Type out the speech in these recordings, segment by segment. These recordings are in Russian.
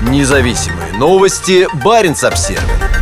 Независимые новости. Баренц-Обсервис.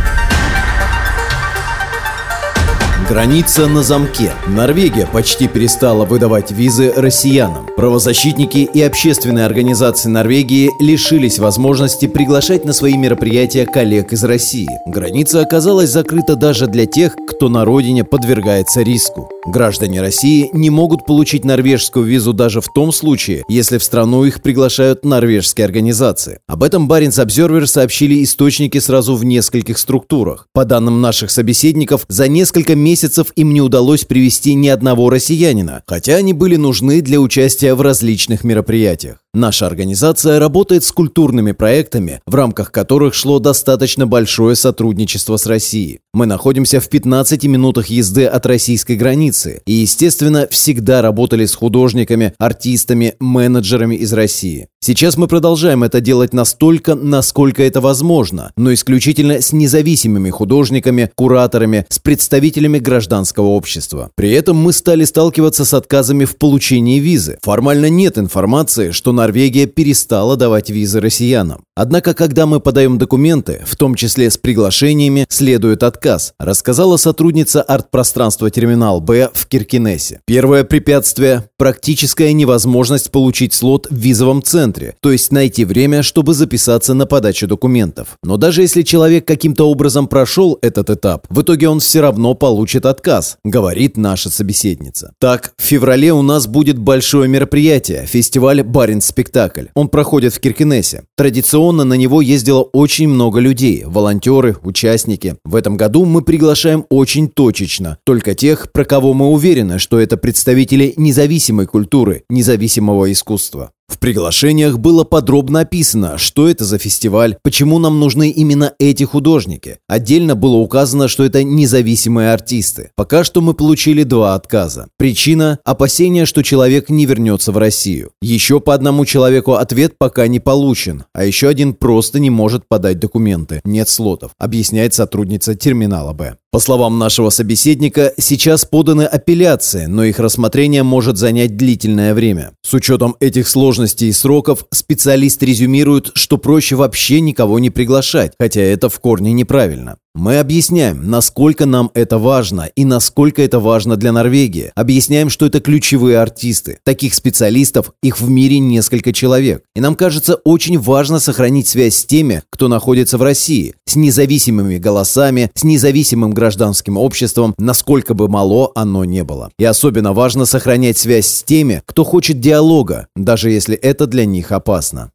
Граница на замке. Норвегия почти перестала выдавать визы россиянам. Правозащитники и общественные организации Норвегии лишились возможности приглашать на свои мероприятия коллег из России. Граница оказалась закрыта даже для тех, кто на родине подвергается риску. Граждане России не могут получить норвежскую визу даже в том случае, если в страну их приглашают норвежские организации. Об этом Баренц-Обсервис сообщили источники сразу в нескольких структурах. По данным наших собеседников, за несколько месяцев им не удалось привести ни одного россиянина, хотя они были нужны для участия в различных мероприятиях. Наша организация работает с культурными проектами, в рамках которых шло достаточно большое сотрудничество с Россией. Мы находимся в 15 минутах езды от российской границы и, естественно, всегда работали с художниками, артистами, менеджерами из России. Сейчас мы продолжаем это делать настолько, насколько это возможно, но исключительно с независимыми художниками, кураторами, с представителями гражданского общества. При этом мы стали сталкиваться с отказами в получении визы. Формально нет информации, что Норвегия перестала давать визы россиянам. Однако, когда мы подаем документы, в том числе с приглашениями, следует отказ, рассказала сотрудница арт-пространства «Терминал Б» в Киркенесе. Первое препятствие – практическая невозможность получить слот в визовом центре, то есть найти время, чтобы записаться на подачу документов. Но даже если человек каким-то образом прошел этот этап, в итоге он все равно получит отказ, говорит наша собеседница. Так, в феврале у нас будет большое мероприятие – фестиваль «Баренц-Спектакль». Он проходит в Киркенесе. Традиционно на него ездило очень много людей – волонтеры, участники. В этом году мы приглашаем очень точечно, только тех, про кого мы уверены, что это представители независимой культуры, независимого искусства. В приглашениях было подробно описано, что это за фестиваль, почему нам нужны именно эти художники. Отдельно было указано, что это независимые артисты. Пока что мы получили 2 отказа. Причина – опасение, что человек не вернется в Россию. Еще по одному человеку ответ пока не получен, а еще один просто не может подать документы. Нет слотов, объясняет сотрудница терминала Б. По словам нашего собеседника, сейчас поданы апелляции, но их рассмотрение может занять длительное время. С учетом этих сложностей и сроков, специалист резюмирует, что проще вообще никого не приглашать, хотя это в корне неправильно. Мы объясняем, насколько нам это важно и насколько это важно для Норвегии. Объясняем, что это ключевые артисты. Таких специалистов, их в мире несколько человек. И нам кажется очень важно сохранить связь с теми, кто находится в России, с независимыми голосами, с независимым гражданским обществом, насколько бы мало оно не было. И особенно важно сохранять связь с теми, кто хочет диалога, даже если это для них опасно.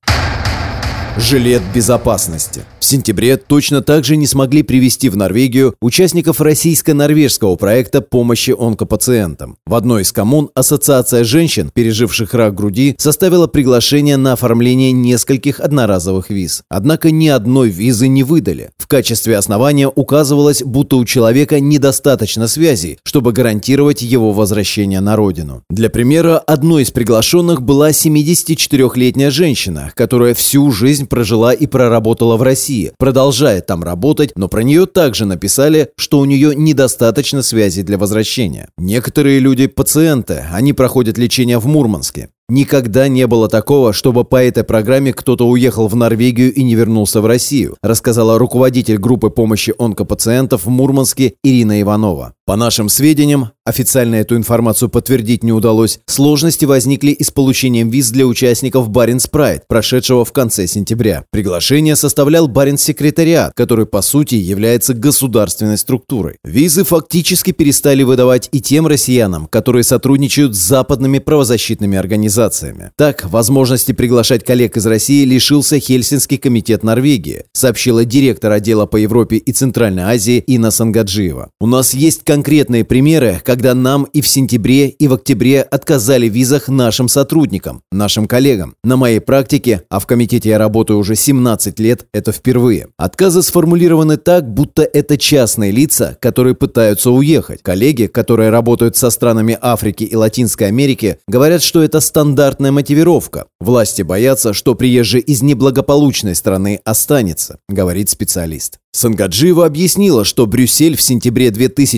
Жилет безопасности. В сентябре точно так же не смогли привезти в Норвегию участников российско-норвежского проекта помощи онкопациентам. В одной из коммун Ассоциация женщин, переживших рак груди, составила приглашение на оформление нескольких одноразовых виз. Однако ни одной визы не выдали. В качестве основания указывалось, будто у человека недостаточно связей, чтобы гарантировать его возвращение на родину. Для примера, одной из приглашенных была 74-летняя женщина, которая всю жизнь прожила и проработала в России, продолжает там работать, но про нее также написали, что у нее недостаточно связей для возвращения. Некоторые люди – пациенты, они проходят лечение в Мурманске. Никогда не было такого, чтобы по этой программе кто-то уехал в Норвегию и не вернулся в Россию, рассказала руководитель группы помощи онкопациентов в Мурманске Ирина Иванова. По нашим сведениям, официально эту информацию подтвердить не удалось, сложности возникли и с получением виз для участников Баренц Прайд, прошедшего в конце сентября. Приглашение составлял Баренц-секретариат, который по сути является государственной структурой. Визы фактически перестали выдавать и тем россиянам, которые сотрудничают с западными правозащитными организациями. Так, возможности приглашать коллег из России лишился Хельсинский комитет Норвегии, сообщила директор отдела по Европе и Центральной Азии Инна Сангаджиева. У нас есть конкретные примеры, когда нам и в сентябре, и в октябре отказали в визах нашим сотрудникам, нашим коллегам. На моей практике, а в комитете я работаю уже 17 лет, это впервые. Отказы сформулированы так, будто это частные лица, которые пытаются уехать. Коллеги, которые работают со странами Африки и Латинской Америки, говорят, что это стандартная стандартная мотивировка. Власти боятся, что приезжий из неблагополучной страны останется, говорит специалист. Сангаджиева объяснила, что Брюссель в сентябре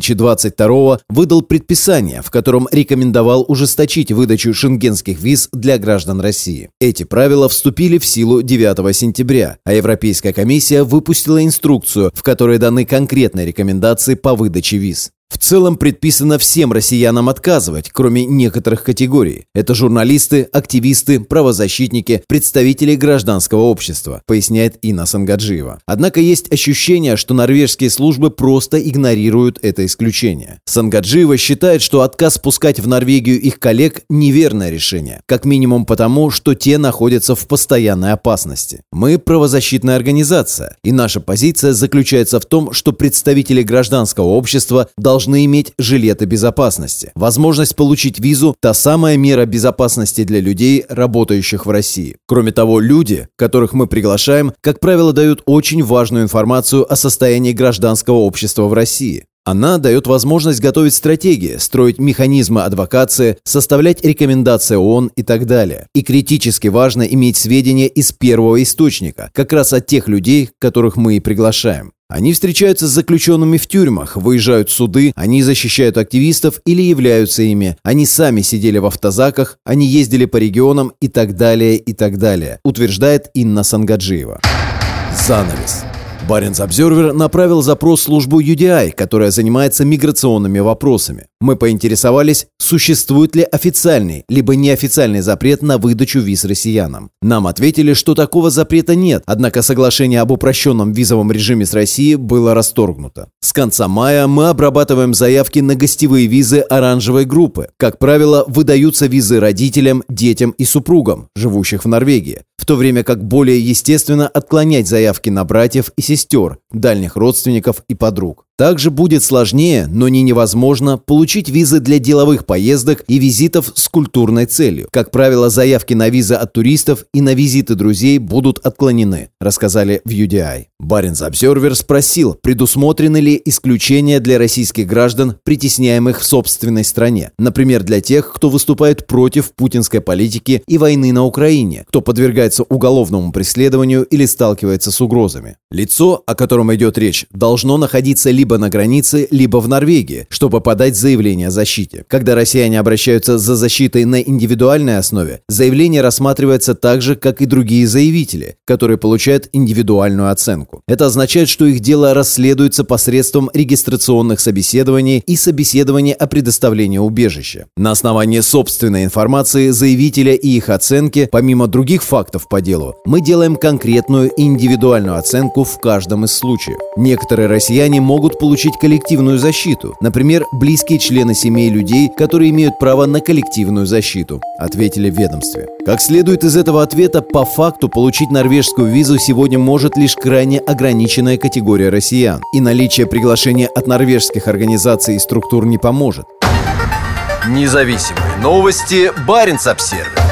2022 выдал предписание, в котором рекомендовал ужесточить выдачу шенгенских виз для граждан России. Эти правила вступили в силу 9 сентября, а Европейская комиссия выпустила инструкцию, в которой даны конкретные рекомендации по выдаче виз. В целом предписано всем россиянам отказывать, кроме некоторых категорий. Это журналисты, активисты, правозащитники, представители гражданского общества, поясняет Инна Сангаджиева. Однако есть ощущение, что норвежские службы просто игнорируют это исключение. Сангаджиева считает, что отказ пускать в Норвегию их коллег – неверное решение, как минимум потому, что те находятся в постоянной опасности. Мы правозащитная организация, и наша позиция заключается в том, что представители гражданского общества должны иметь жилеты безопасности. Возможность получить визу – та самая мера безопасности для людей, работающих в России. Кроме того, люди, которых мы приглашаем, как правило, дают очень важную информацию о состоянии гражданского общества в России. Она дает возможность готовить стратегии, строить механизмы адвокации, составлять рекомендации ООН и так далее. И критически важно иметь сведения из первого источника, как раз от тех людей, которых мы и приглашаем. Они встречаются с заключенными в тюрьмах, выезжают в суды, они защищают активистов или являются ими, они сами сидели в автозаках, они ездили по регионам и так далее, утверждает Инна Сангаджиева. Занавес. Баренц-Обзервер направил запрос в службу UDI, которая занимается миграционными вопросами. Мы поинтересовались, существует ли официальный, либо неофициальный запрет на выдачу виз россиянам. Нам ответили, что такого запрета нет, однако соглашение об упрощенном визовом режиме с Россией было расторгнуто. С конца мая мы обрабатываем заявки на гостевые визы оранжевой группы. Как правило, выдаются визы родителям, детям и супругам, живущих в Норвегии, в то время как более естественно отклонять заявки на братьев и сестер, дальних родственников и подруг. Также будет сложнее, но не невозможно, получить визы для деловых поездок и визитов с культурной целью. Как правило, заявки на визы от туристов и на визиты друзей будут отклонены, рассказали в UDI. Баренц-Обзервер спросил, предусмотрены ли исключения для российских граждан, притесняемых в собственной стране, например, для тех, кто выступает против путинской политики и войны на Украине, кто подвергается уголовному преследованию или сталкивается с угрозами. Лицо, о котором идет речь, должно находиться либо на границе, либо в Норвегии, чтобы подать заявление о защите. Когда россияне обращаются за защитой на индивидуальной основе, заявление рассматривается так же, как и другие заявители, которые получают индивидуальную оценку. Это означает, что их дело расследуется посредством регистрационных собеседований и собеседований о предоставлении убежища. На основании собственной информации заявителя и их оценки, помимо других фактов по делу, мы делаем конкретную индивидуальную оценку в каждом из случаев. Некоторые россияне могут получить коллективную защиту, например, близкие члены семей людей, которые имеют право на коллективную защиту, ответили в ведомстве. Как следует из этого ответа, по факту получить норвежскую визу сегодня может лишь крайне ограниченная категория россиян, и наличие приглашения от норвежских организаций и структур не поможет. Независимые новости. Баренц-Обзервер.